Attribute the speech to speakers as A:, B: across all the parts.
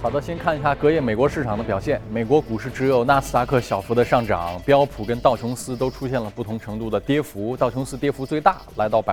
A: 好的，先看一下隔夜美国市场的表现。美国股市只有纳斯达克小幅的上涨，标普跟道琼斯都出现了不同程度的跌幅，道琼斯跌幅最大，来到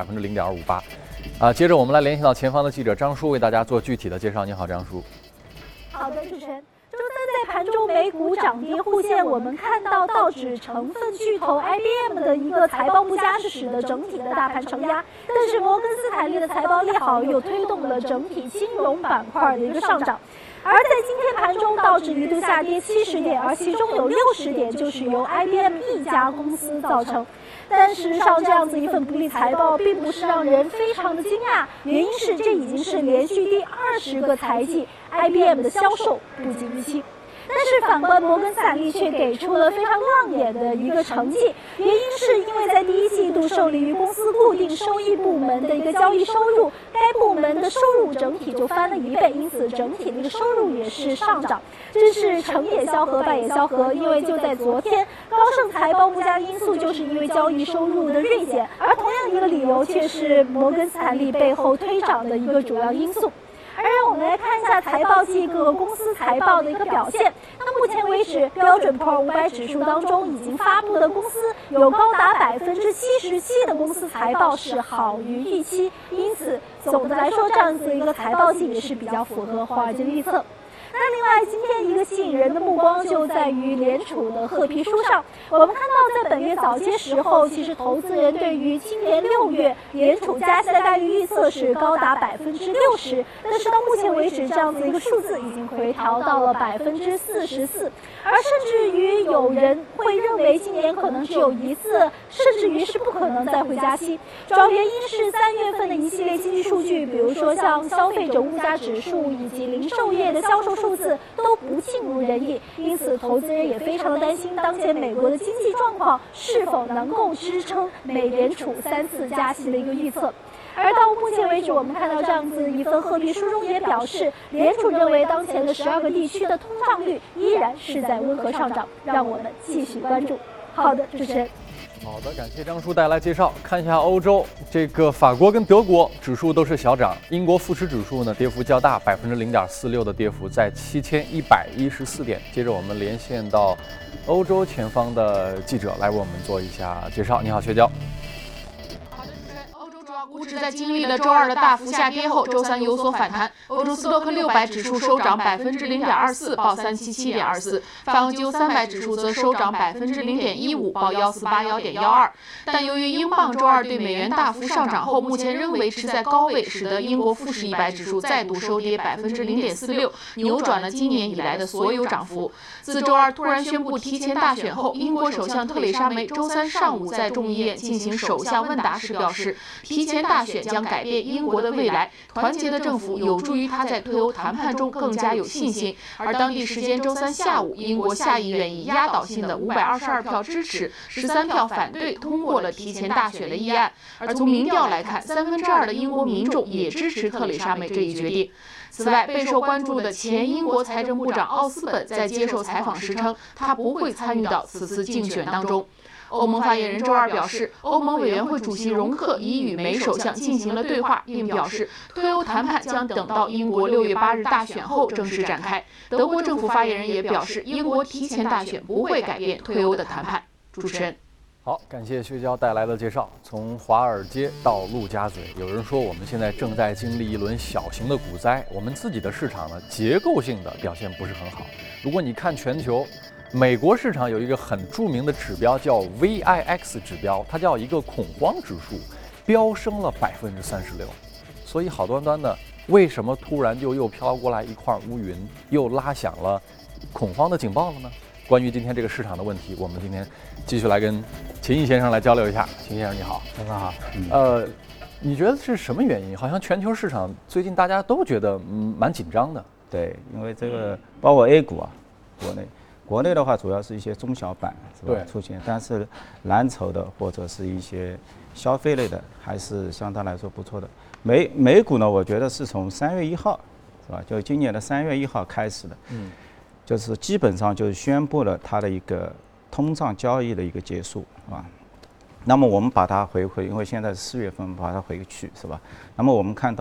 A: 0.58%。接着我们来联系到前方的记者张叔，为大家做具体的介绍。你好，张叔。
B: 好的，主持人。周三在盘中美股涨跌互现，我们看到道指成分巨头 IBM 的一个财报不佳，是使得整体的大盘承压。但是摩根斯坦利的财报利好，又推动了整体金融板块的一个上涨。而在今天盘中，道指一度下跌70点，而其中有60点就是由 IBM 一家公司造成。但事实上，这样子一份不利财报并不是让人非常的惊讶，原因是这已经是连续第20个财季 IBM 的销售不及预期。但是反观摩根斯坦利却给出了非常亮眼的一个成绩，原因是因为在第一季度受利于公司固定收益部门的一个交易收入，该部门的收入整体就翻了1倍，因此整体的一个收入也是上涨，真是成也萧何败也萧何。因为就在昨天，高盛财报不佳的因素就是因为交易收入的锐减，而同样一个理由却是摩根斯坦利背后推涨的一个主要因素。而让我们来看一下财报季各个公司财报的一个表现。那目前为止，标准普尔500指数当中已经发布的公司有高达77%的公司财报是好于预期，因此总的来说，这样子一个财报季也是比较符合华尔街预测。那另外，今天一个吸引人的目光就在于联储的褐皮书上。我们看到，在本月早些时候，其实投资人对于今年6月联储加息的概率预测是高达60%，但是到目前为止，这样子一个数字已经回调到了44%，而甚至于有人会认为今年可能只有1次，甚至于是不可能再会加息。主要原因是3月份的一系列经济数据，比如说像消费者物价指数以及零售业的销售数字都不尽如人意，因此投资人也非常的担心当前美国的经济状况是否能够支撑美联储3次加息的一个预测。而到目前为止，我们看到这样子一份褐皮书中也表示，联储认为当前的12个地区的通胀率依然是在温和上涨，让我们继续关注。好的，主持人。
A: 好的，感谢张叔带来介绍。看一下欧洲，这个法国跟德国指数都是小涨，英国富时指数呢跌幅较大，0.46%的跌幅，在7114点。接着我们连线到欧洲前方的记者来为我们做一下介绍。你好，薛娇。
C: 股指在经历了周2的大幅下跌后，周3有所反弹。欧洲斯托克600指数收涨0.24%，报377.24；法国基300指数则收涨0.15%，报148.12。但由于英镑周2对美元大幅上涨后，目前仍维持在高位，使得英国富时100指数再度收跌0.46%，扭转了今年以来的所有涨幅。自周2突然宣布提前大选后，英国首相特蕾莎梅周3上午在众议院进行首相问答时表示，提前大选将改变英国的未来，团结的政府有助于他在脱欧谈判中更加有信心。而当地时间周3下午，英国下议院以压倒性的522票支持、13票反对通过了提前大选的议案。而从民调来看，2/3的英国民众也支持特蕾莎梅这一决定。此外，备受关注的前英国财政部长奥斯本在接受采访时称，他不会参与到此次竞选当中。欧盟发言人周2表示，欧盟委员会主席容克已与梅首相进行了对话，并表示脱欧谈判将等到英国6月8日大选后正式展开。德国政府发言人也表示，英国提前大选不会改变脱欧的谈判。主持人。
A: 好，感谢薛娇带来的介绍。从华尔街到陆家嘴，有人说我们现在正在经历一轮小型的股灾，我们自己的市场呢结构性的表现不是很好。如果你看全球，美国市场有一个很著名的指标叫 VIX 指标，它叫一个恐慌指数，飙升了36%。所以好端端的，为什么突然就又飘过来一块乌云，又拉响了恐慌的警报了呢？关于今天这个市场的问题，我们今天继续来跟秦毅先生来交流一下。秦先生你好。
D: 非常好。
A: 你觉得是什么原因？好像全球市场最近大家都觉得蛮紧张的。
D: 对，因为这个包括 A 股啊，国内的话主要是一些中小板是吧出现，但是蓝筹的或者是一些消费类的还是相对来说不错的。美股呢，我觉得是从3月1号是吧？就今年的3月1号开始的，就是基本上就是宣布了它的一个通胀交易的一个结束啊。那么我们把它回，因为现在是4月份，把它回去是吧？那么我们看到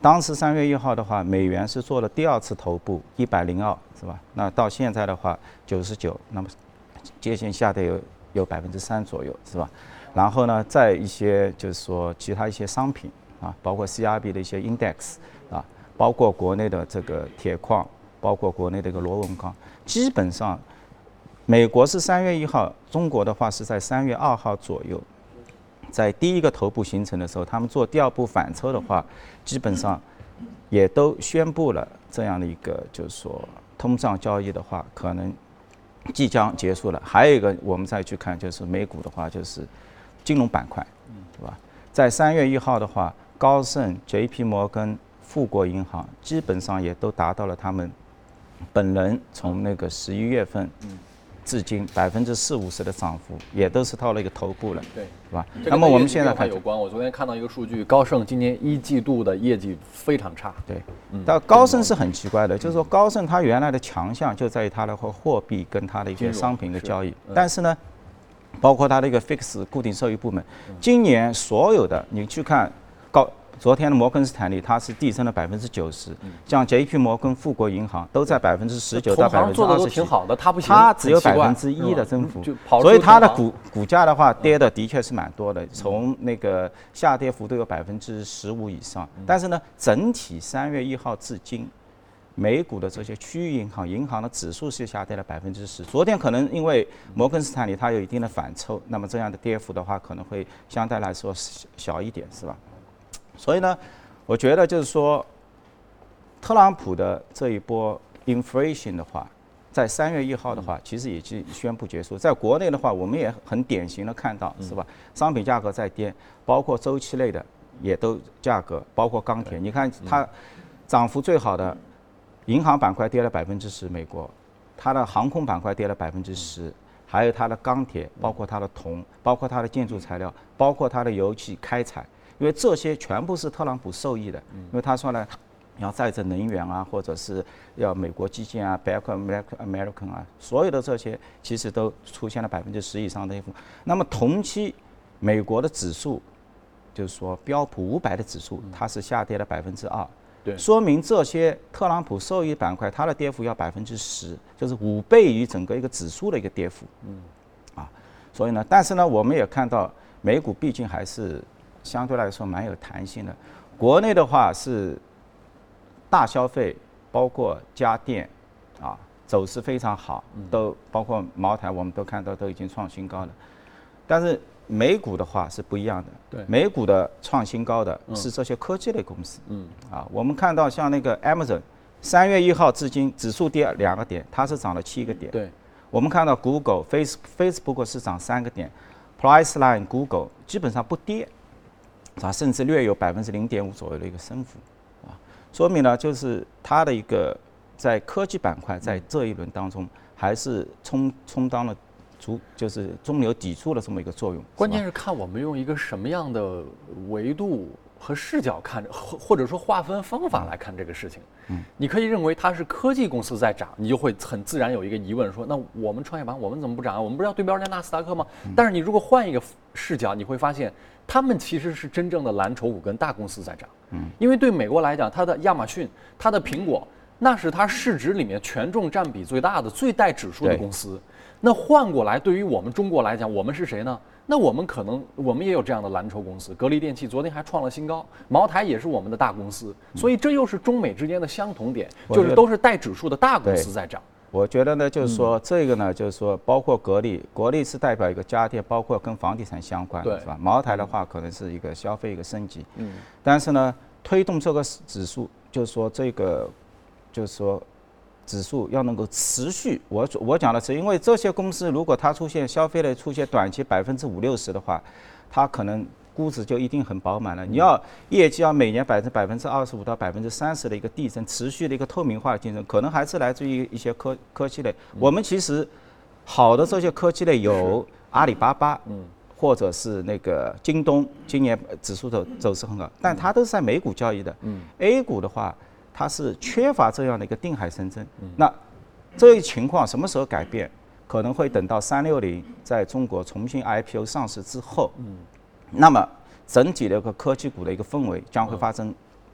D: 当时3月1号的话，美元是做了第2次头部102，是吧？那到现在的话99，那么接近下跌有3%左右，是吧？然后呢，在一些就是说其他一些商品啊，包括 CRB 的一些 index 啊，包括国内的这个铁矿，包括国内的一个螺纹钢，基本上美国是3月1号，中国的话是在3月2号左右。在第一个头部形成的时候，他们做第2步反抽的话，基本上也都宣布了这样的一个，就是说通胀交易的话，可能即将结束了。还有一个，我们再去看，就是美股的话，就是金融板块，对吧？在3月1号的话，高盛、JP 摩根、富国银行基本上也都达到了他们本人从那个11月份。至今40-50%的涨幅，也都是到了一个头部了，
A: 对，
D: 是吧？
A: 那么我们现在看有关。我昨天看到一个数据，高盛今年1季度的业绩非常差。
D: 对，但高盛是很奇怪的，就是说高盛它原来的强项就在于它的货币跟它的一些商品的交易，但是呢，包括它的一个 fix 固定收益部门，今年所有的你去看昨天的摩根斯坦利，它是递升了90%，像 JP 摩根、富国银行都在19%到20%，
A: 做的都挺好的，它不行，
D: 它只有1%的增幅，所以它的股价的话跌的的确是蛮多的，从那个下跌幅度有15%以上。但是呢，整体3月1号至今，美股的这些区域银行的指数是下跌了10%。昨天可能因为摩根斯坦利它有一定的反抽，那么这样的跌幅的话可能会相对来说小一点，是吧？所以呢，我觉得就是说，特朗普的这一波 inflation 的话，在3月1号的话，其实已经宣布结束。在国内的话，我们也很典型的看到，是吧？商品价格在跌，包括周期类的也都价格，包括钢铁。你看它涨幅最好的银行板块跌了10%，美国，它的航空板块跌了10%，还有它的钢铁，包括它的铜，包括它的建筑材料，包括它的油气开采。因为这些全部是特朗普受益的，因为他说呢，要再生能源啊，或者是要美国基建啊 ，Back American 啊，所有的这些其实都出现了10%以上的跌幅。那么同期美国的指数，就是说标普500的指数，它是下跌了2%，
A: 对，
D: 说明这些特朗普受益板块它的跌幅要10%，就是5倍于整个一个指数的一个跌幅，所以呢，但是呢，我们也看到美股毕竟还是相对来说蛮有弹性的。国内的话是大消费，包括家电啊，走势非常好，都包括茅台，我们都看到都已经创新高了。但是美股的话是不一样的，
A: 对，
D: 美股的创新高的是这些科技类公司，我们看到像那个 Amazon， 3月1号至今指数跌2个点，它是涨了7个点。
A: 对，
D: 我们看到 Google、Facebook 是涨3个点 ，Priceline Google 基本上不跌。甚至略有0.5%左右的一个升幅，说明呢，就是它的一个在科技板块在这一轮当中还是充当了就是中流砥柱的这么一个作用。
A: 关键是看我们用一个什么样的维度和视角看，或者说划分方法来看这个事情。你可以认为它是科技公司在涨，你就会很自然有一个疑问说，那我们创业板我们怎么不涨啊？我们不是要对标人家纳斯达克吗？但是你如果换一个视角，你会发现。他们其实是真正的蓝筹股跟大公司在涨，因为对美国来讲，它的亚马逊、它的苹果，那是它市值里面权重占比最大的、最带指数的公司。那换过来，对于我们中国来讲，我们是谁呢？那我们也有这样的蓝筹公司，格力电器昨天还创了新高，茅台也是我们的大公司，所以这又是中美之间的相同点，就是都是带指数的大公司在涨。
D: 我觉得呢，就是说这个呢，就是说包括国力是代表一个家电，包括跟房地产相关的，是吧？茅台的话可能是一个消费一个升级，但是呢，推动这个指数，就是说这个，就是说指数要能够持续。我讲的是，因为这些公司如果它出现消费类出现短期50%-60%的话，它可能估值就一定很饱满了。你要业绩要每年25%到30%的一个递增，持续的一个透明化的竞争，可能还是来自于一些科技类。我们其实好的这些科技类有阿里巴巴，或者是那个京东，今年指数走势很好，但它都是在美股交易的。A 股的话，它是缺乏这样的一个定海神针。那这一情况什么时候改变？可能会等到360在中国重新 IPO 上市之后。那么整体的一个科技股的一个氛围将会发生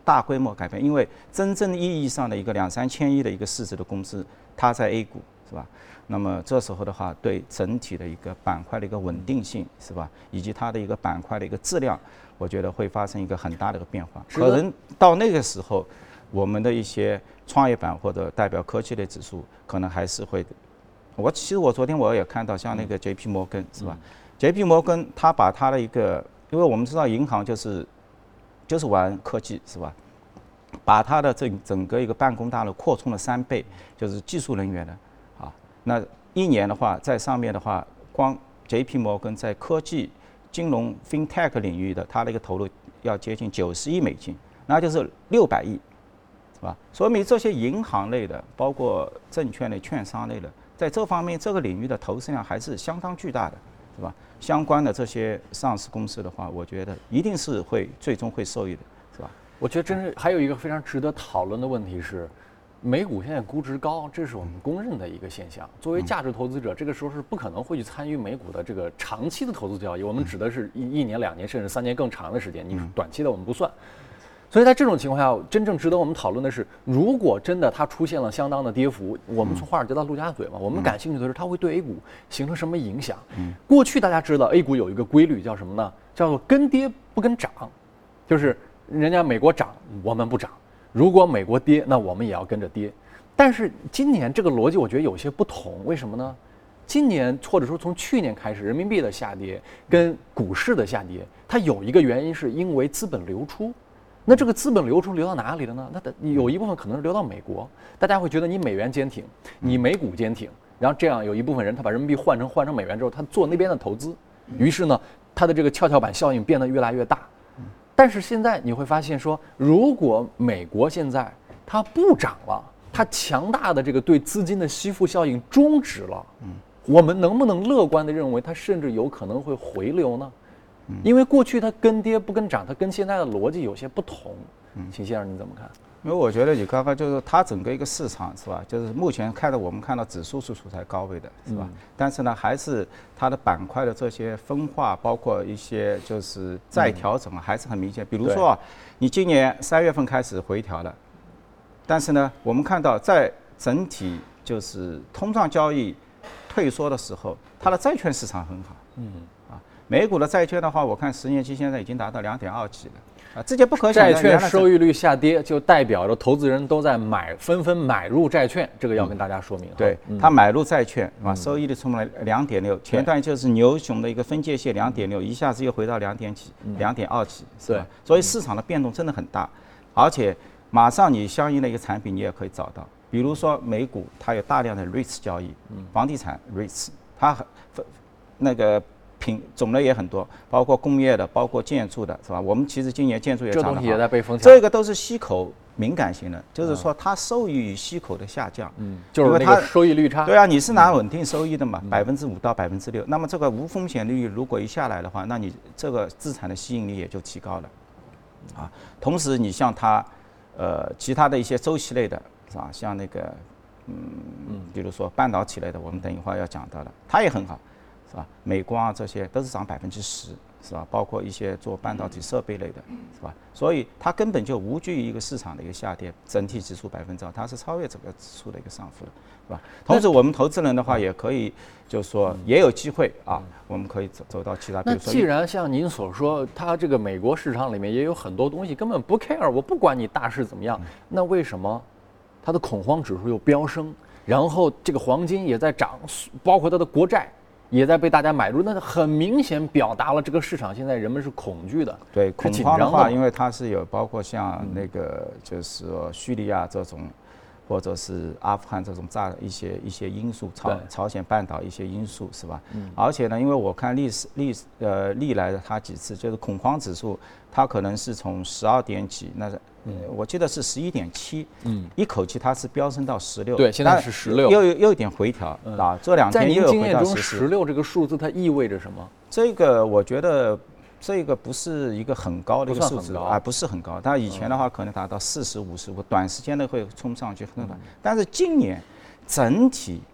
D: 大规模改变，因为真正意义上的一个2、3千亿的一个市值的公司，它在 A 股是吧？那么这时候的话，对整体的一个板块的一个稳定性是吧，以及它的一个板块的一个质量，我觉得会发生一个很大的一个变化。可能到那个时候，我们的一些创业板或者代表科技类指数，可能还是会。其实我昨天我也看到，像那个 JP 摩根是吧？JP 摩根他把他的一个，因为我们知道银行就是玩科技是吧？把他的整个一个办公大楼扩充了3倍，就是技术人员的啊。那1年的话，在上面的话，光 JP 摩根在科技、金融、FinTech 领域的它的一个投入要接近90亿美金，那就是600亿，是吧？说明这些银行类的，包括证券类、券商类的，在这方面这个领域的投资量还是相当巨大的，是吧？相关的这些上市公司的话，我觉得一定是最终会受益的，是吧？
A: 我觉得真是还有一个非常值得讨论的问题是，美股现在估值高，这是我们公认的一个现象。作为价值投资者，这个时候是不可能会去参与美股的这个长期的投资交易。我们指的是1年、2年甚至3年更长的时间，你短期的我们不算。所以在这种情况下，真正值得我们讨论的是，如果真的它出现了相当的跌幅，我们从华尔街到陆家嘴嘛，我们感兴趣的是它会对 A 股形成什么影响。过去大家知道 A 股有一个规律叫什么呢？叫做跟跌不跟涨，就是人家美国涨，我们不涨；如果美国跌，那我们也要跟着跌。但是今年这个逻辑我觉得有些不同，为什么呢？今年或者说从去年开始，人民币的下跌跟股市的下跌，它有一个原因是因为资本流出。那这个资本流出流到哪里了呢？那有一部分可能是流到美国，大家会觉得你美元坚挺，你美股坚挺，然后这样有一部分人他把人民币换成美元之后，他做那边的投资，于是呢，他的这个跷跷板效应变得越来越大。但是现在你会发现说，如果美国现在它不涨了，它强大的这个对资金的吸附效应终止了，我们能不能乐观地认为它甚至有可能会回流呢？因为过去它跟跌不跟涨，它跟现在的逻辑有些不同。秦先生你怎么看？
D: 因为我觉得你刚刚就是它整个一个市场是吧，就是目前我们看到指数是处在高位的是吧？但是呢，还是它的板块的这些分化，包括一些就是再调整还是很明显。比如说啊，你今年3月份开始回调了，但是呢，我们看到在整体就是通胀交易退缩的时候，它的债券市场很好。美股的债券的话，我看10年期现在已经达到2.2几了啊，这些不可想的。
A: 债券收益率下跌，就代表着投资人都在纷纷买入债券，这个要跟大家说明。
D: 对，他买入债券啊，收益率冲了2.6，前段就是牛熊的一个分界线2.6，一下子又回到2.几、2.2几，是吧？所以市场的变动真的很大，而且马上你相应的一个产品你也可以找到，比如说美股它有大量的 REITs 交易，房地产 REITs， 它那个种类也很多，包括工业的，包括建筑的，是吧？我们其实今年建筑也涨得好，
A: 这东西也在被风抢。
D: 这个都是息口敏感型的，就是说它受益于息口的下降，
A: 就是那个收益率差。
D: 对啊，你是拿稳定收益的嘛，5%到6%，那么这个无风险利率如果一下来的话，那你这个资产的吸引力也就提高了，啊。同时你像它，其他的一些周期类的，是吧？像那个，比如说半导体类的，我们等一会儿要讲到的，它也很好。是吧？美光啊，这些都是涨10%，是吧？包括一些做半导体设备类的，是吧？所以它根本就无惧于一个市场的一个下跌，整体指数2%，它是超越整个指数的一个上浮的，是吧？同时，我们投资人的话也可以，就是说也有机会啊，我们可以走到其他。比如说，
A: 那既然像您所说，它这个美国市场里面也有很多东西根本不 care， 我不管你大势怎么样，那为什么它的恐慌指数又飙升，然后这个黄金也在涨，包括它的国债也在被大家买入，那很明显表达了这个市场现在人们是恐惧的。
D: 对，恐慌的话，因为它是有包括像那个就是说叙利亚这种，或者是阿富汗这种一些因素，朝鲜半岛一些因素是吧？而且呢，因为我看历来的它几次就是恐慌指数，它可能是从12点几，那我记得是11.7，一口气它是飙升到16，
A: 对，现在是16，
D: 又有点回调啊，这2天又有回到14。在您经验中
A: ，16这个数字它意味着什么？
D: 这个我觉得这个不是一个很高的一个数字啊，不是很高。它以前的话可能达到40、55，短时间内会冲上去很短。但是今年整体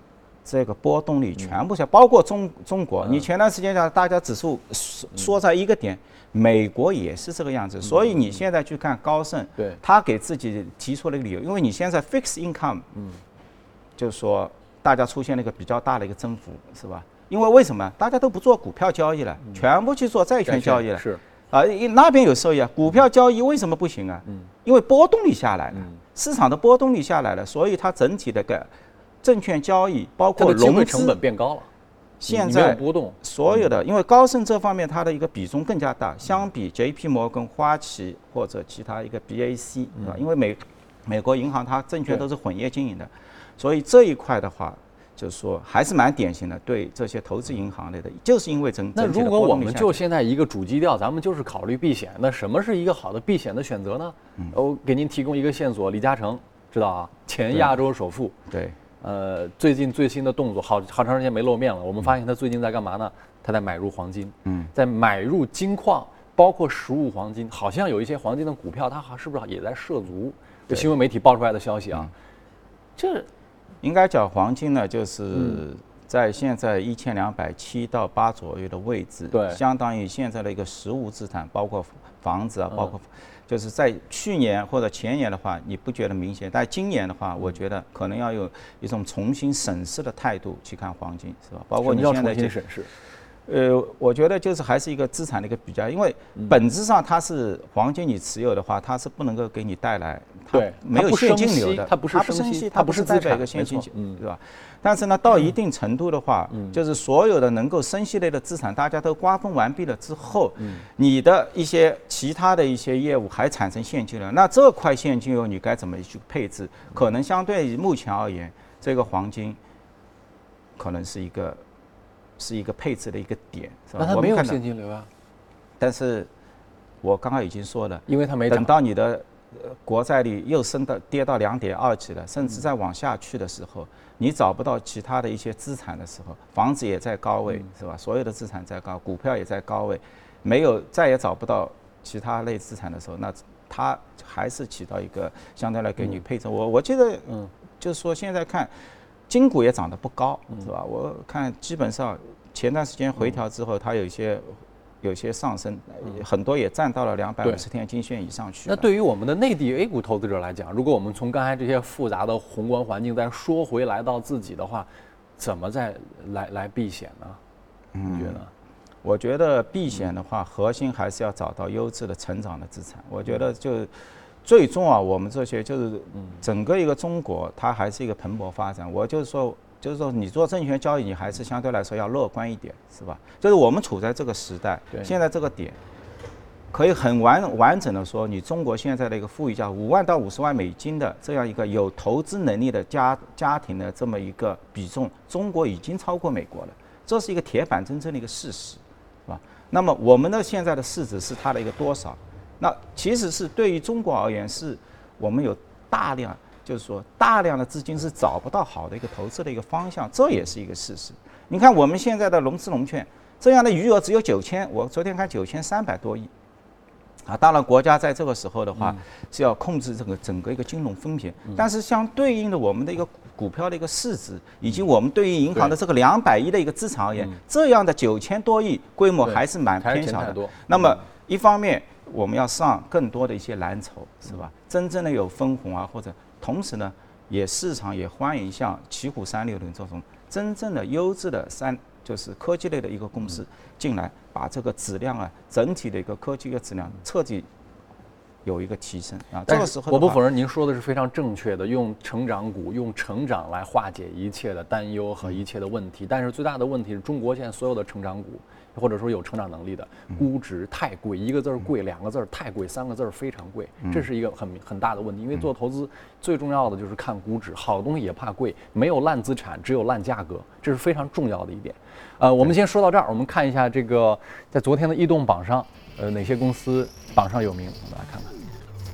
D: 这个波动率全部包括中国。你前段时间大家指数缩在一个点，美国也是这个样子。所以你现在去看高盛，
A: 对，
D: 他给自己提出了一个理由，因为你现在 fixed income，就是说大家出现了一个比较大的一个增幅，是吧？因为为什么大家都不做股票交易了，全部去做债券交易了？
A: 是
D: 啊，那边有收益啊，股票交易为什么不行啊？因为波动率下来了，市场的波动率下来了，所以它整体的个证券交易包括融资
A: 成本变高了。
D: 现在
A: 波动
D: 所有的，因为高盛这方面它的一个比重更加大，相比 JP 摩根、花旗或者其他一个 BAC，对吧？因为美国银行它证券都是混业经营的，所以这一块的话。就是说，还是蛮典型的，对这些投资银行类的，就是因为
A: 那如果我们就现在一个主基调，咱们就是考虑避险，那什么是一个好的避险的选择呢？我给您提供一个线索，李嘉诚知道啊，前亚洲首富，
D: 对，
A: 最近最新的动作，好长时间没露面了。我们发现他最近在干嘛呢？他在买入黄金，在买入金矿，包括实物黄金，好像有一些黄金的股票，他是不是也在涉足？这新闻媒体爆出来的消息啊，这。
D: 应该讲黄金呢，就是在现在1270到8左右的位置，
A: 对，
D: 相当于现在的一个实物资产，包括房子啊，包括就是在去年或者前年的话，你不觉得明显，但今年的话，我觉得可能要有一种重新审视的态度去看黄金，是吧？包括你现在
A: 重新审视。
D: 我觉得就是还是一个资产的一个比较，因为本质上它是黄金，你持有的话，它是不能够给你带来没有现金流的，
A: 它不是生息，它不是
D: 代表一个现金，对吧？但是呢，到一定程度的话，就是所有的能够生息类的资产，大家都瓜分完毕了之后，你的一些其他的一些业务还产生现金流，那这块现金流你该怎么去配置？可能相对于目前而言，这个黄金可能是一个配置的一个点，是吧？
A: 那它没有现金流啊。
D: 但是我刚刚已经说了，
A: 因为它没涨。
D: 等到你的国债率又跌到2.2级了，甚至再往下去的时候，你找不到其他的一些资产的时候，房子也在高位，是吧？所有的资产在高，股票也在高位，再也找不到其他类资产的时候，那它还是起到一个相对来给你配置。我记得，就是说现在看。金股也涨得不高，是吧？我看基本上前段时间回调之后，它有些上升，很多也站到了250天均线以上去。
A: 那对于我们的内地 A 股投资者来讲，如果我们从刚才这些复杂的宏观环境再说回来到自己的话，怎么再来避险呢？你觉得？
D: 我觉得避险的话，核心还是要找到优质的成长的资产。我觉得就。最终啊，我们这些就是整个一个中国，它还是一个蓬勃发展。我就是说，你做证券交易，你还是相对来说要乐观一点，是吧？就是我们处在这个时代，现在这个点，可以很完整的说，你中国现在的一个富裕价5万到50万美金的这样一个有投资能力的家庭的这么一个比重，中国已经超过美国了，这是一个铁板铮铮的一个事实，是吧？那么我们的现在的市值是它的一个多少？那其实是对于中国而言，是我们有大量的资金是找不到好的一个投资的一个方向，这也是一个事实。你看我们现在的融资融券这样的余额只有9000，我昨天看9300多亿，啊，当然国家在这个时候的话是要控制这个整个一个金融风险，但是相对应的我们的一个股票的一个市值，以及我们对于银行的这个200亿的一个资产而言，这样的9000多亿规模还是蛮偏小的。那么一方面我们要上更多的一些蓝筹，是吧？真正的有分红啊，或者同时呢，市场也欢迎像奇虎360这种真正的优质的就是科技类的一个公司进来，把这个质量啊，整体的一个科技的质量彻底有一个提升啊。这个时候我
A: 不否认您说的是非常正确的，用成长股、用成长来化解一切的担忧和一切的问题。但是最大的问题是中国现在所有的成长股，或者说有成长能力的，估值太贵，一个字儿贵，2个字儿太贵，3个字儿非常贵，这是一个很大的问题。因为做投资最重要的就是看估值，好的东西也怕贵，没有烂资产，只有烂价格，这是非常重要的一点。我们先说到这儿，我们看一下这个在昨天的异动榜上，哪些公司榜上有名，我们来看看。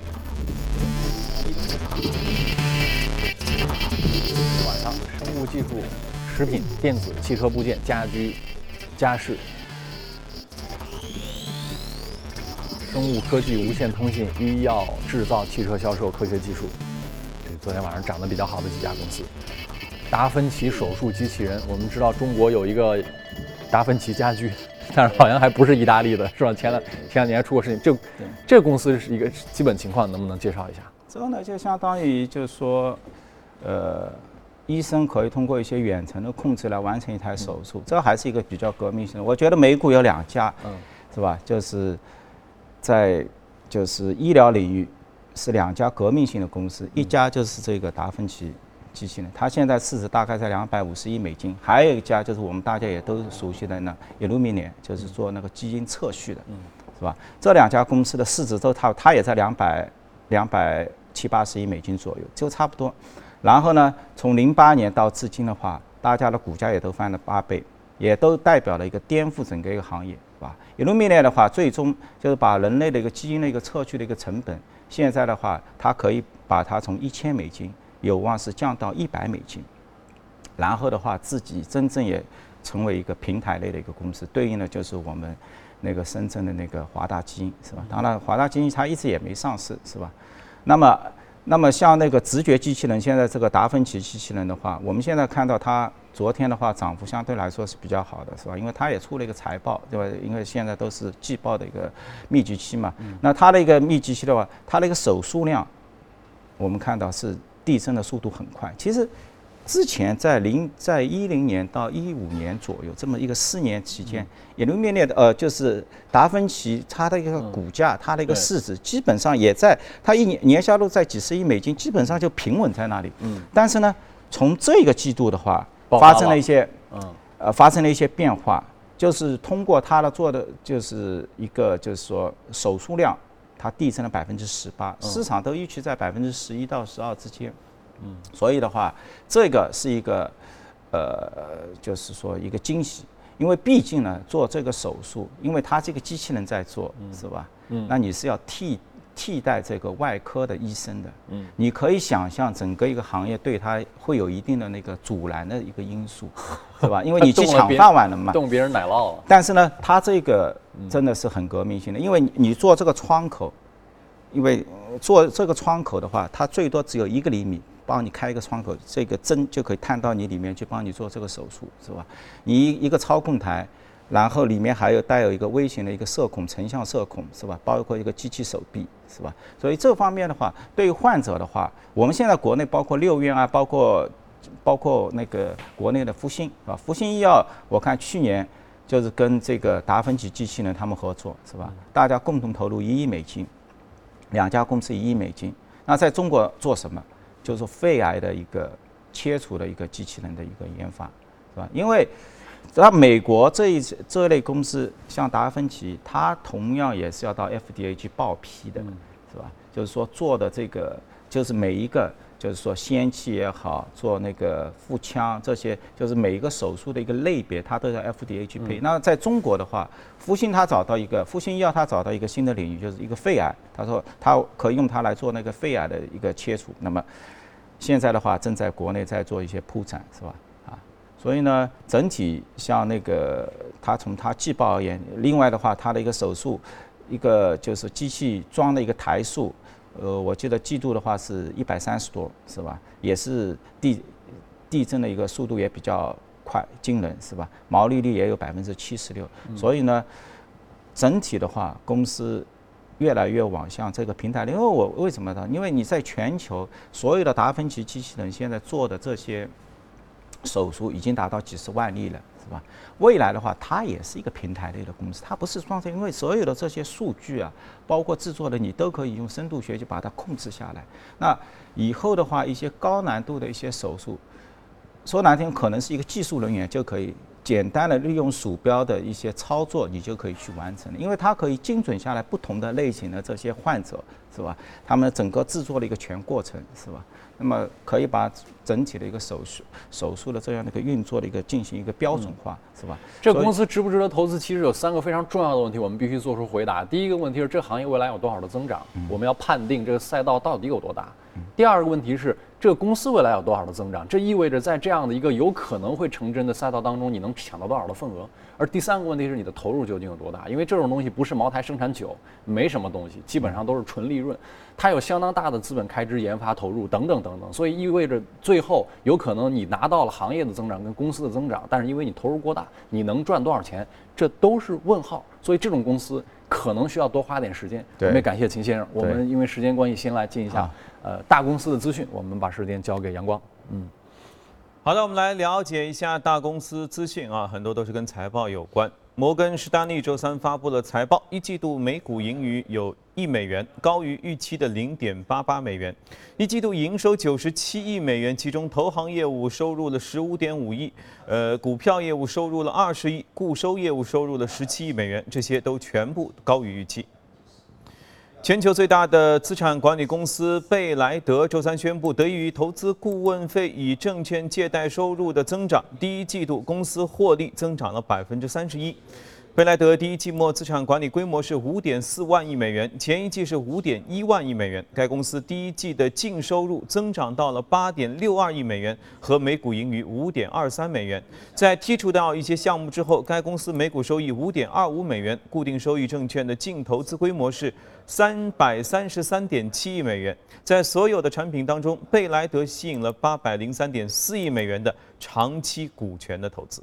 A: 晚上，生物技术、食品、电子、汽车部件、家居、家饰。生物科技、无线通信、医药、制造、汽车销售、科学技术，这是昨天晚上涨得比较好的几家公司。 达芬奇手术机器人。我们知道中国有一个达芬奇家居，但是好像还不是意大利的，是吧？前两年还出过事情。这个公司是一个基本情况，能不能介绍一下？
D: 这个呢，就相当于就是说，医生可以通过一些远程的控制来完成一台手术，这还是一个比较革命性的。我觉得美股有2家，是吧？就是在医疗领域是2家革命性的公司，一家就是这个达芬奇机器人，它现在市值大概在250亿美金，还有一家就是我们大家也都熟悉的呢 Illumina， 就是做那个基因测序的，是吧？这2家公司的市值都它也在270-280亿美金左右，就差不多。然后呢，从08年到至今的话，大家的股价也都翻了8倍，也都代表了一个颠覆整个一个行业，是吧 ？Illumina 的话，最终就是把人类的一个基因的一个测序的一个成本，现在的话，它可以把它从1000美金有望是降到100美金，然后的话，自己真正也成为一个平台类的一个公司，对应的就是我们那个深圳的那个华大基因，是吧？当然，华大基因它一直也没上市，是吧？那么像那个直觉机器人，现在这个达芬奇机器人的话，我们现在看到它昨天的话涨幅相对来说是比较好的，是吧？因为它也出了一个财报，对吧？因为现在都是季报的一个密集期嘛。那它的一个密集期的话，它的一个手术量，我们看到是递增的速度很快。其实之前在10年到15年左右这么一个4年期间，Illumina的就是达芬奇它的一个股价，它的一个市值基本上也在它年销路在几十亿美金，基本上就平稳在那里。但是呢，从这个季度的话，发生了一些变化，就是通过它的做的就是一个就是说手术量，它递增了18%，市场都预期在11%到12%之间。所以的话，这个是一个就是说一个惊喜，因为毕竟呢，做这个手术，因为它这个机器人在做，是吧？那你是要替代这个外科的医生的，你可以想象整个一个行业对它会有一定的那个阻拦的一个因素，是吧？因为你去抢饭碗了嘛，
A: 动别人奶酪了。
D: 但是呢，它这个真的是很革命性的，因为你做这个窗口，因为做这个窗口的话，它最多只有1个厘米。帮你开一个窗口，这个针就可以探到你里面去帮你做这个手术，是吧？你一个操控台，然后里面还有带有一个微型的一个射孔，成像射孔，是吧？包括一个机器手臂，是吧？所以这方面的话，对于患者的话，我们现在国内包括6院啊，包括那个国内的复星啊，复星医药，我看去年就是跟这个达芬奇机器人他们合作，是吧？大家共同投入1亿美金，2家公司1亿美金。那在中国做什么？就是肺癌的一个切除的一个机器人的一个研发，是吧？因为在美国这类公司，像达芬奇，它同样也是要到 FDA 去报批的，是吧？就是说做的这个，就是每一个，就是说氙气也好，做那个腹腔这些，就是每一个手术的一个类别，它都要 FDA 去配。那在中国的话，复星医药它找到一个新的领域，就是一个肺癌，他说他可以用它来做那个肺癌的一个切除。那么现在的话，正在国内在做一些铺展，是吧？所以呢，整体像那个它从它季报而言，另外的话，它的一个手术，一个就是机器装的一个台数，我记得季度的话是130多，是吧？也是递增的一个速度也比较快惊人，是吧？毛利率也有76%，所以呢，整体的话，公司越来越往向这个平台。因为我为什么呢？因为你在全球所有的达芬奇机器人现在做的这些手术已经达到几十万例了，是吧？未来的话，它也是一个平台类的公司，它不是创新，因为所有的这些数据啊，包括制作的，你都可以用深度学习把它控制下来。那以后的话，一些高难度的一些手术，说难听，可能是一个技术人员就可以简单的利用鼠标的一些操作，你就可以去完成了，因为它可以精准下来不同的类型的这些患者，是吧？他们整个制作的一个全过程，是吧？那么可以把整体的一个手术的这样的一个运作的一个进行一个标准化，是吧？
A: 这个公司值不值得投资？其实有3个非常重要的问题，我们必须做出回答。第一个问题是这个行业未来有多少的增长，我们要判定这个赛道到底有多大。第二个问题是这个公司未来有多少的增长，这意味着在这样的一个有可能会成真的赛道当中，你能抢到多少的份额。而第3个问题是你的投入究竟有多大，因为这种东西不是茅台生产酒，没什么东西，基本上都是纯利润，它有相当大的资本开支、研发投入等等等等，所以意味着最后有可能你拿到了行业的增长跟公司的增长，但是因为你投入过大，你能赚多少钱，这都是问号。所以这种公司可能需要多花点时间。我们也感谢秦先生，我们因为时间关系，先来进一下大公司的资讯，我们把时间交给阳光。
E: 好的，我们来了解一下大公司资讯啊，很多都是跟财报有关。摩根士丹利周三发布了财报，一季度每股盈余有1美元，高于预期的0.88美元。一季度营收97亿美元，其中投行业务收入了15.5亿，股票业务收入了20亿，固收业务收入了17亿美元，这些都全部高于预期。全球最大的资产管理公司贝莱德周三宣布，得益于投资顾问费与证券借贷收入的增长，第一季度公司获利增长了31%。贝莱德第一季末资产管理规模是5.4万亿美元，前一季是5.1万亿美元。该公司第一季的净收入增长到了8.62亿美元，和每股盈余5.23美元。在剔除掉一些项目之后，该公司每股收益5.25美元，固定收益证券的净投资规模是333.7亿美元。在所有的产品当中，贝莱德吸引了803.4亿美元的长期股权的投资。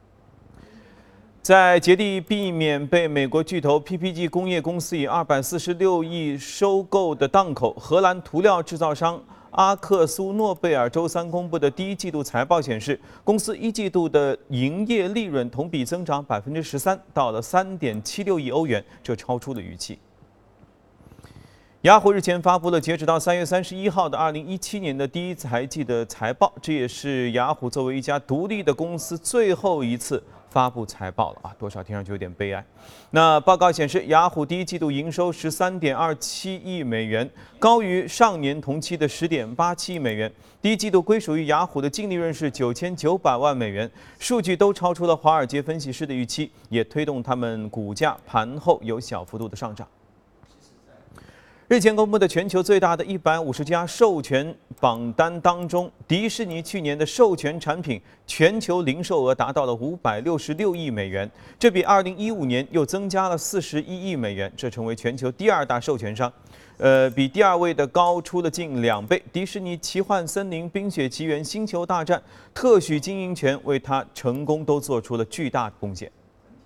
E: 在竭力避免被美国巨头 PPG 工业公司以246亿收购的档口，荷兰涂料制造商阿克苏诺贝尔周三公布的第一季度财报显示，公司一季度的营业利润同比增长13%，到了3.76亿欧元，这超出了预期。雅虎日前发布了截止到3月31号的2017年的第一财季的财报，这也是雅虎作为一家独立的公司最后一次发布财报了啊，多少听上去有点悲哀。那报告显示，雅虎第一季度营收13.27亿美元，高于上年同期的10.87亿美元。第一季度归属于雅虎的净利润是9900万美元，数据都超出了华尔街分析师的预期，也推动他们股价盘后有小幅度的上涨。日前公布的全球最大的150家授权榜单当中，迪士尼去年的授权产品全球零售额达到了566亿美元，这比2015年又增加了41亿美元，这成为全球第2大授权商，比第2位的高出了近2倍。迪士尼奇幻森林、冰雪奇缘、星球大战特许经营权为它成功都做出了巨大的贡献。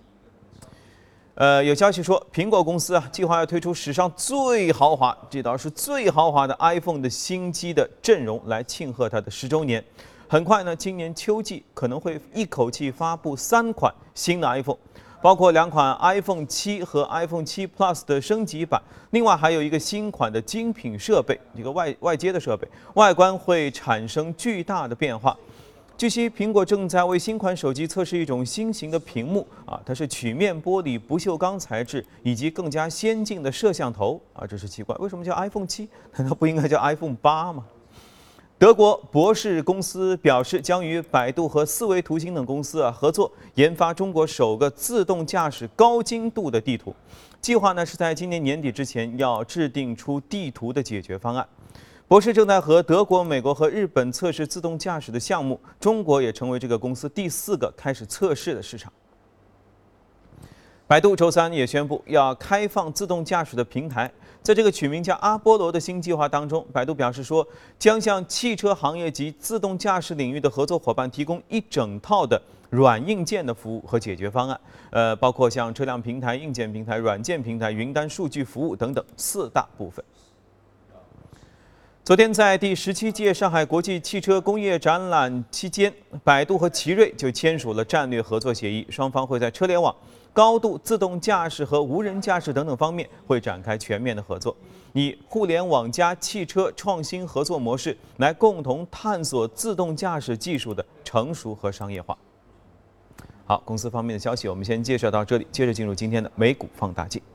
E: 有消息说，苹果公司计划要推出史上最豪华，这倒是最豪华的 iPhone 的新机的阵容来庆贺它的10周年。很快呢，今年秋季可能会一口气发布3款新的 iPhone， 包括2款 iPhone 7和 iPhone 7 Plus 的升级版，另外还有一个新款的精品设备，一个外接的设备，外观会产生巨大的变化。据悉，苹果正在为新款手机测试一种新型的屏幕它是曲面玻璃不锈钢材质，以及更加先进的摄像头这是奇怪，为什么叫 iPhone 7？难道不应该叫 iPhone 8吗？德国博士公司表示，将与百度和思维图形等公司合作，研发中国首个自动驾驶高精度的地图。计划呢是在今年年底之前要制定出地图的解决方案。博士正在和德国、美国和日本测试自动驾驶的项目，中国也成为这个公司第4个开始测试的市场。百度周三也宣布要开放自动驾驶的平台，在这个取名叫阿波罗的新计划当中，百度表示说，将向汽车行业及自动驾驶领域的合作伙伴提供一整套的软硬件的服务和解决方案，包括像车辆平台、硬件平台、软件平台、云端数据服务等等4大部分。昨天在第17届上海国际汽车工业展览期间，百度和奇瑞就签署了战略合作协议，双方会在车联网、高度自动驾驶和无人驾驶等等方面会展开全面的合作，以互联网加汽车创新合作模式来共同探索自动驾驶技术的成熟和商业化。好，公司方面的消息我们先介绍到这里，接着进入今天的美股放大镜。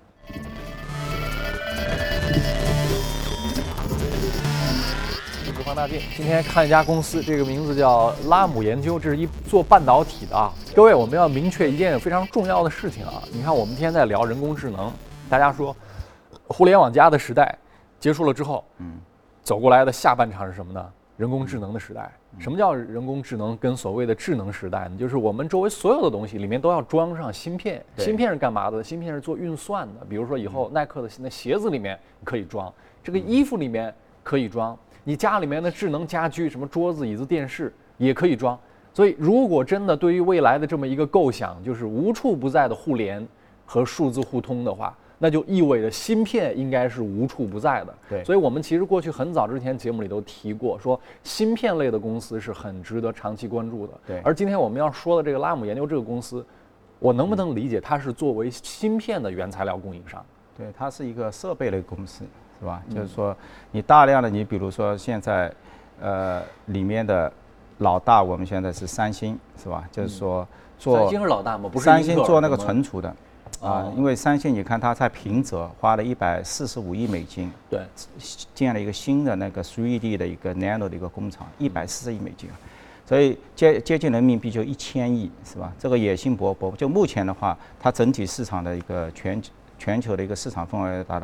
A: 放大镜，今天看一家公司，这个名字叫拉姆研究，这是一做半导体的各位，我们要明确一件非常重要的事情你看，我们今天在聊人工智能，大家说互联网加的时代结束了之后，走过来的下半场是什么呢？ 人工智能的时代。什么叫人工智能跟所谓的智能时代呢？就是我们周围所有的东西里面都要装上芯片。芯片是干嘛的？芯片是做运算的。比如说以后耐克的那鞋子里面可以装，这个衣服里面可以装，你家里面的智能家居，什么桌子、椅子、电视也可以装。所以如果真的对于未来的这么一个构想，就是无处不在的互联和数字互通的话，那就意味着芯片应该是无处不在的。
D: 对，
A: 所以我们其实过去很早之前节目里都提过，说芯片类的公司是很值得长期关注的。
D: 对，
A: 而今天我们要说的这个拉姆研究这个公司，我能不能理解它是作为芯片的原材料供应商？
D: 对，它是一个设备类公司，是吧？就是说你大量的，你比如说现在，里面的老大，我们现在是三星，是吧？就是说
A: 三星是老大吗？不是
D: 三星做那个存储的。因为三星，你看它在平泽花了145亿美金，
A: 对，
D: 建了一个新的那个 3D 的一个 Nano 的一个工厂，140亿美金，所以接近人民币就1000亿，是吧？这个野心勃勃。就目前的话，它整体市场的一个全球的一个市场份额达到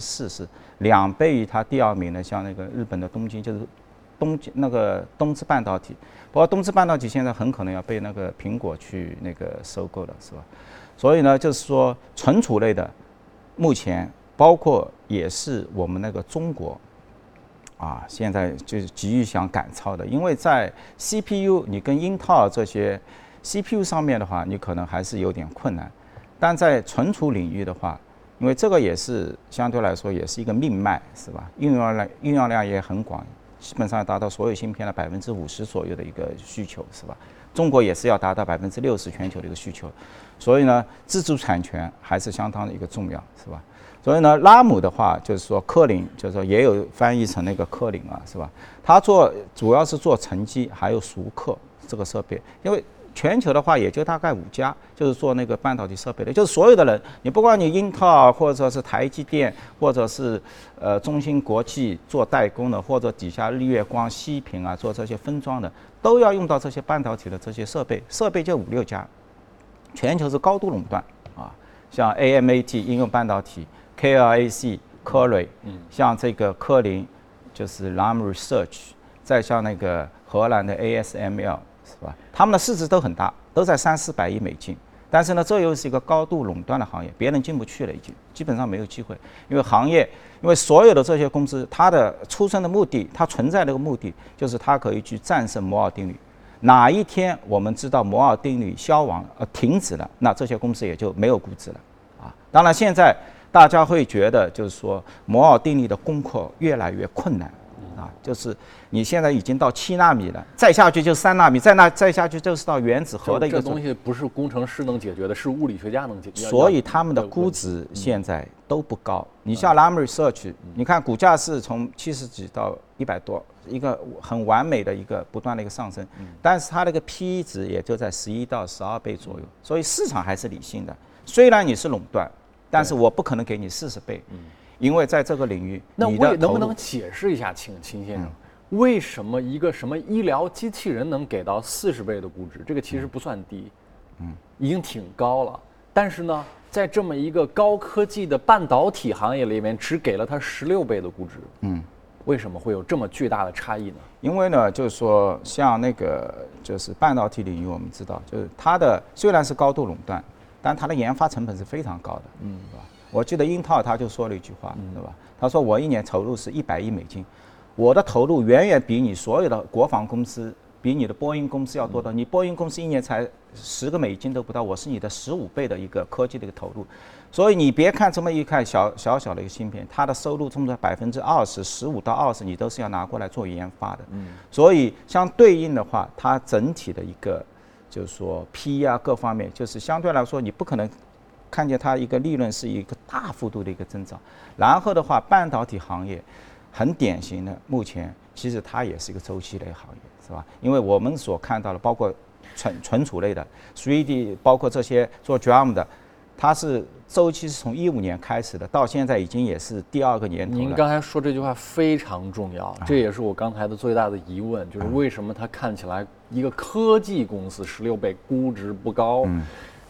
D: 40%，2倍于它第2名的像那个日本的东京，就是东芝半导体。不过东芝半导体现在很可能要被那个苹果去那个收购了，是吧？所以呢，就是说存储类的，目前包括也是我们那个中国，现在就是急于想赶超的，因为在 CPU 你跟英特尔这些 CPU 上面的话，你可能还是有点困难，但在存储领域的话，因为这个也是相对来说也是一个命脉，是吧？运用量也很广，基本上达到所有芯片的50%左右的一个需求，是吧？中国也是要达到60%全球的一个需求，所以呢，自主产权还是相当的一个重要，是吧？所以呢，拉姆的话就是说科林，就是说也有翻译成那个科林是吧？他主要是做沉积还有熟刻这个设备，因为全球的话也就大概5家，就是做那个半导体设备的，就是所有的人，你不管你英特尔或者是台积电，或者是中芯国际做代工的，或者底下日月光、西屏做这些分装的，都要用到这些半导体的这些设备就5、6家，全球是高度垄断像 AMAT 应用半导体、KLAC 科磊，像这个科林就是 Lam Research， 再像那个荷兰的 ASML。是吧？他们的市值都很大，都在300-400亿美金。但是呢，这又是一个高度垄断的行业，别人进不去了，已经基本上没有机会。因为所有的这些公司，它的出生的目的，它存在的目的，就是它可以去战胜摩尔定律。哪一天我们知道摩尔定律消亡停止了，那这些公司也就没有估值了当然，现在大家会觉得，就是说摩尔定律的攻克越来越困难。就是你现在已经到7纳米了，再下去就3纳米，再下去就是到原子核的一个。
A: 这东西不是工程师能解决的，是物理学家能解决。
D: 所以他们的估值现在都不高。你像 Lam Research， 你看股价是从70几到100多，一个很完美的一个不断的一个上升，但是它那个 PE 值也就在11到12倍左右，所以市场还是理性的。虽然你是垄断，但是我不可能给你40倍。因为在这个领域，
A: 那能不能解释一下，请秦先生，为什么一个什么医疗机器人能给到40倍的估值？这个其实不算低，已经挺高了。但是呢，在这么一个高科技的半导体行业里面，只给了它16倍的估值。为什么会有这么巨大的差异呢？
D: 因为呢，就是说，像那个就是半导体领域，我们知道，就是它的虽然是高度垄断，但它的研发成本是非常高的，是吧？我记得英特尔他就说了一句话，对吧？他说我1年投入是100亿美金，我的投入远远比你所有的国防公司、比你的波音公司要多的。你波音公司1年才10个美金都不到，我是你的15倍的一个科技的一个投入。所以你别看这么一看小的一个芯片，它的收入中的20%，15%到20%，你都是要拿过来做研发的。所以相对应的话，它整体的一个就是说 PE 各方面，就是相对来说你不可能看见它一个利润是一个大幅度的一个增长。然后的话，半导体行业很典型的，目前其实它也是一个周期类行业，是吧？因为我们所看到的，包括存储类的 3D， 包括这些做 DRAM 的，它是周期是从15年开始的，到现在已经也是第2个年头了。
A: 您刚才说这句话非常重要，这也是我刚才的最大的疑问，就是为什么它看起来一个科技公司16倍估值不高？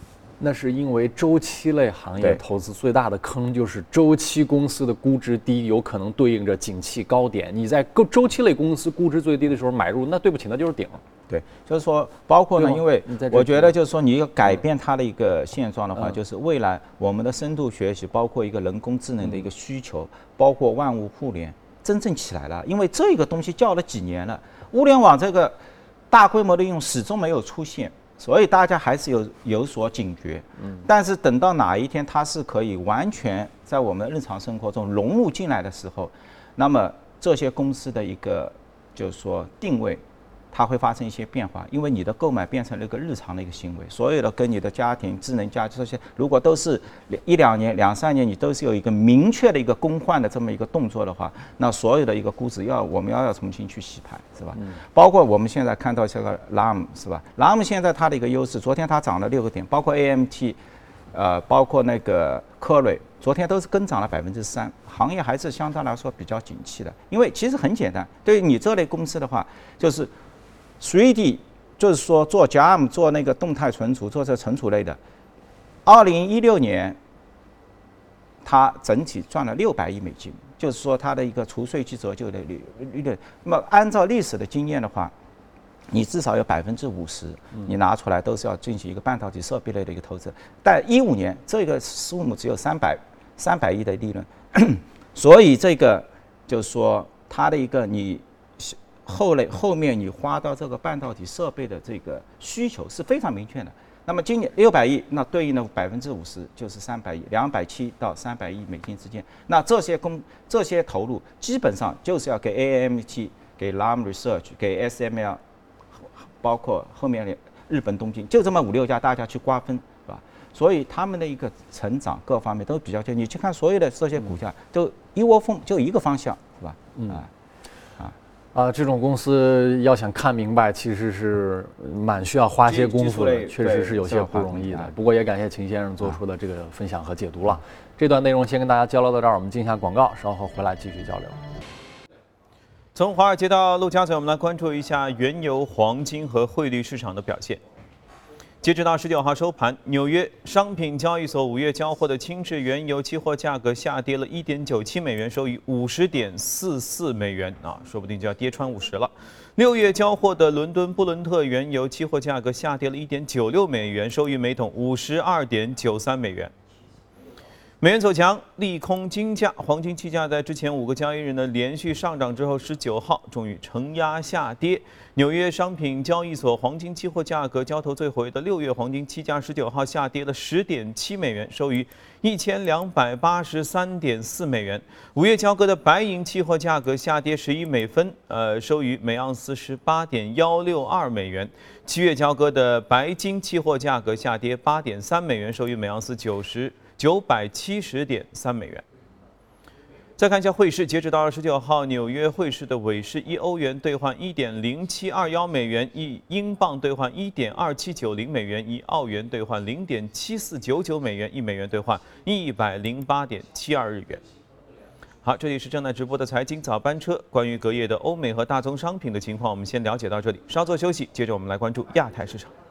A: 那是因为周期类行业投资最大的坑就是周期公司的估值低，有可能对应着景气高点。你在周期类公司估值最低的时候买入，那对不起，那就是顶。
D: 对，就是说，包括呢，因为我觉得就是说，你要改变它的一个现状的话，就是未来我们的深度学习，包括一个人工智能的一个需求，包括万物互联真正起来了。因为这个东西叫了几年了，物联网这个大规模的应用始终没有出现，所以大家还是有所警觉。但是等到哪一天它是可以完全在我们日常生活中融入进来的时候，那么这些公司的一个就是说定位。它会发生一些变化，因为你的购买变成了一个日常的一个行为，所有的跟你的家庭、智能家居这些，如果都是1-2年、2-3年，你都是有一个明确的一个更换的这么一个动作的话，那所有的一个估值我们要重新去洗牌，是吧？包括我们现在看到这个 LAM 是吧 ？LAM 现在它的一个优势，昨天它涨了6个点，包括 AMT， 包括那个科瑞，昨天都是跟涨了3%，行业还是相对来说比较景气的。因为其实很简单，对于你这类公司的话，就是3D 就是说做 GAM 做那个动态存储，做这存储类的，2016年它整体赚了600亿美金，就是说它的一个除税基折旧的利润。那么按照历史的经验的话，你至少有50%，你拿出来都是要进行一个半导体设备类的一个投资。但15年这个数目只有300亿的利润，所以这个就是说它的一个你。后面你花到这个半导体设备的这个需求是非常明确的。那么今年600亿，那对应的50%就是300亿，270到300亿美金之间。那这些投入基本上就是要给 AMT、给 Lam Research、给 SML， 包括后面日本东京，就这么5-6家大家去瓜分，是吧？所以他们的一个成长各方面都比较近。你去看所有的这些股价，都一窝蜂，就一个方向，是吧？
A: 这种公司要想看明白，其实是蛮需要花些功夫的，确实是有些不容易的。不过也感谢秦先生做出的这个分享和解读了。这段内容先跟大家交流到这儿，我们进一下广告，稍后回来继续交流。
E: 从华尔街到陆家嘴，我们来关注一下原油、黄金和汇率市场的表现。截止到19号收盘，纽约商品交易所5月交货的轻质原油期货价格下跌了1.97美元，收于50.44美元说不定就要跌穿50了。6月交货的伦敦布伦特原油期货价格下跌了1.96美元，收于每桶52.93美元。美元走强，利空金价，黄金期价在之前5个交易日呢连续上涨之后，19号终于承压下跌。纽约商品交易所黄金期货价格交投最活跃的6月黄金期价19号下跌了10.7美元，收于1283.4美元。5月交割的白银期货价格下跌11美分，收于每盎司18.162美元。7月交割的白金期货价格下跌8.3美元，收于每盎司970.3美元。再看一下汇市，截止到29号，纽约汇市的尾市，1欧元兑换1.0721美元，1英镑兑换1.2790美元，1澳元兑换0.7499美元，1美元兑换108.72日元。好，这里是正在直播的财经早班车。关于隔夜的欧美和大宗商品的情况，我们先了解到这里，稍作休息，接着我们来关注亚太市场。